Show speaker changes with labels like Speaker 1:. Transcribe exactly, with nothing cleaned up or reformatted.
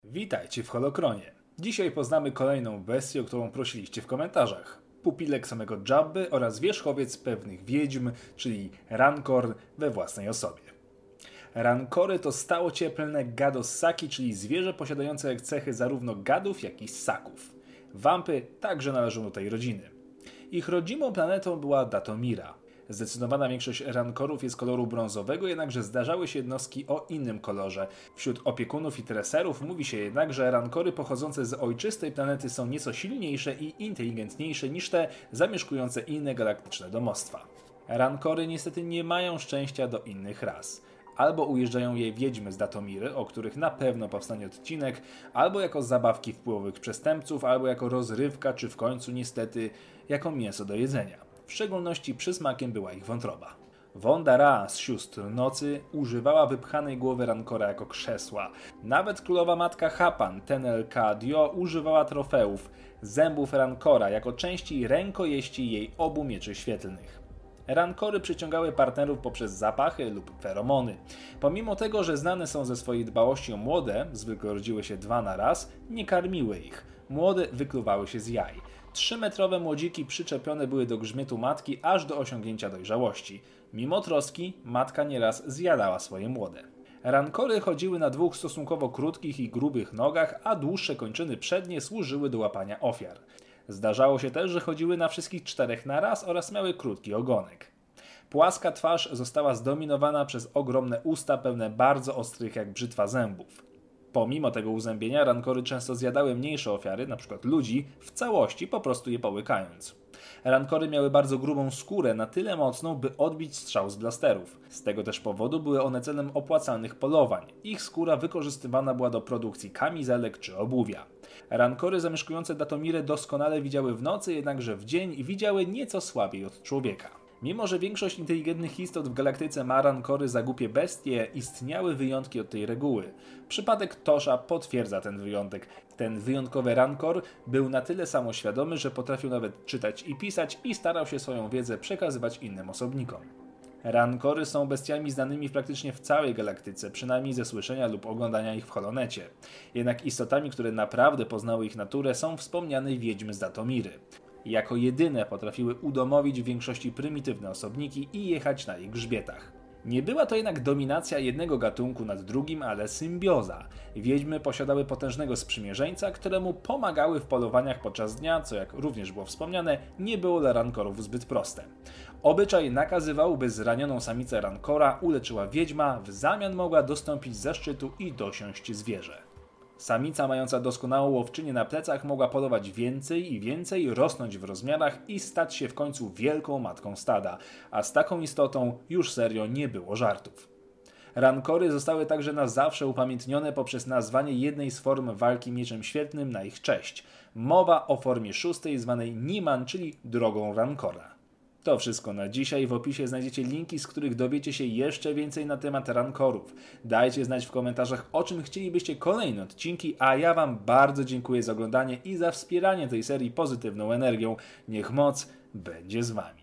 Speaker 1: Witajcie w Holokronie. Dzisiaj poznamy kolejną bestię, o którą prosiliście w komentarzach. Pupilek samego Jabby oraz wierzchowiec pewnych wiedźm, czyli Rancor we własnej osobie. Rancory to stałocieplne gadossaki, czyli zwierzę posiadające cechy zarówno gadów, jak i ssaków. Wampy także należą do tej rodziny. Ich rodzimą planetą była Datomira. Zdecydowana większość rankorów jest koloru brązowego, jednakże zdarzały się jednostki o innym kolorze. Wśród opiekunów i treserów mówi się jednak, że rankory pochodzące z ojczystej planety są nieco silniejsze i inteligentniejsze niż te zamieszkujące inne galaktyczne domostwa. Rankory niestety nie mają szczęścia do innych ras. Albo ujeżdżają je wiedźmy z Datomiry, o których na pewno powstanie odcinek, albo jako zabawki wpływowych przestępców, albo jako rozrywka, czy w końcu niestety jako mięso do jedzenia. W szczególności przysmakiem była ich wątroba. Wonda Ra z sióstr nocy używała wypchanej głowy Rancora jako krzesła. Nawet królowa matka Hapan, Tenel Ka Dio, używała trofeów, zębów Rancora jako części rękojeści jej obu mieczy świetlnych. Rancory przyciągały partnerów poprzez zapachy lub feromony. Pomimo tego, że znane są ze swojej dbałości o młode, zwykle rodziły się dwa na raz, nie karmiły ich. Młode wykluwały się z jaj. Trzymetrowe młodziki przyczepione były do grzmietu matki aż do osiągnięcia dojrzałości. Mimo troski, matka nieraz zjadała swoje młode. Rancory chodziły na dwóch stosunkowo krótkich i grubych nogach, a dłuższe kończyny przednie służyły do łapania ofiar. Zdarzało się też, że chodziły na wszystkich czterech naraz oraz miały krótki ogonek. Płaska twarz została zdominowana przez ogromne usta pełne bardzo ostrych jak brzytwa zębów. Pomimo tego uzębienia rankory często zjadały mniejsze ofiary, np. ludzi, w całości po prostu je połykając. Rankory miały bardzo grubą skórę, na tyle mocną, by odbić strzał z blasterów. Z tego też powodu były one celem opłacalnych polowań. Ich skóra wykorzystywana była do produkcji kamizelek czy obuwia. Rankory zamieszkujące Datomirę doskonale widziały w nocy, jednakże w dzień widziały nieco słabiej od człowieka. Mimo że większość inteligentnych istot w galaktyce ma rankory za głupie bestie, istniały wyjątki od tej reguły. Przypadek Tosha potwierdza ten wyjątek. Ten wyjątkowy rancor był na tyle samoświadomy, że potrafił nawet czytać i pisać i starał się swoją wiedzę przekazywać innym osobnikom. Rancory są bestiami znanymi praktycznie w całej galaktyce, przynajmniej ze słyszenia lub oglądania ich w Holonecie. Jednak istotami, które naprawdę poznały ich naturę, są wspomniane wiedźmy z Datomiry. Jako jedyne potrafiły udomowić w większości prymitywne osobniki i jechać na ich grzbietach. Nie była to jednak dominacja jednego gatunku nad drugim, ale symbioza. Wiedźmy posiadały potężnego sprzymierzeńca, któremu pomagały w polowaniach podczas dnia, co jak również było wspomniane, nie było dla rankorów zbyt proste. Obyczaj nakazywał, by zranioną samicę rancora uleczyła wiedźma, w zamian mogła dostąpić zaszczytu i dosiąść zwierzę. Samica mająca doskonałą łowczynię na plecach mogła polować więcej i więcej, rosnąć w rozmiarach i stać się w końcu wielką matką stada, a z taką istotą już serio nie było żartów. Rancory zostały także na zawsze upamiętnione poprzez nazwanie jednej z form walki mieczem świetlnym na ich cześć. Mowa o formie szóstej zwanej Niman, czyli drogą Rancora. To wszystko na dzisiaj. W opisie znajdziecie linki, z których dowiecie się jeszcze więcej na temat rankorów. Dajcie znać w komentarzach, o czym chcielibyście kolejne odcinki, a ja Wam bardzo dziękuję za oglądanie i za wspieranie tej serii pozytywną energią. Niech moc będzie z Wami.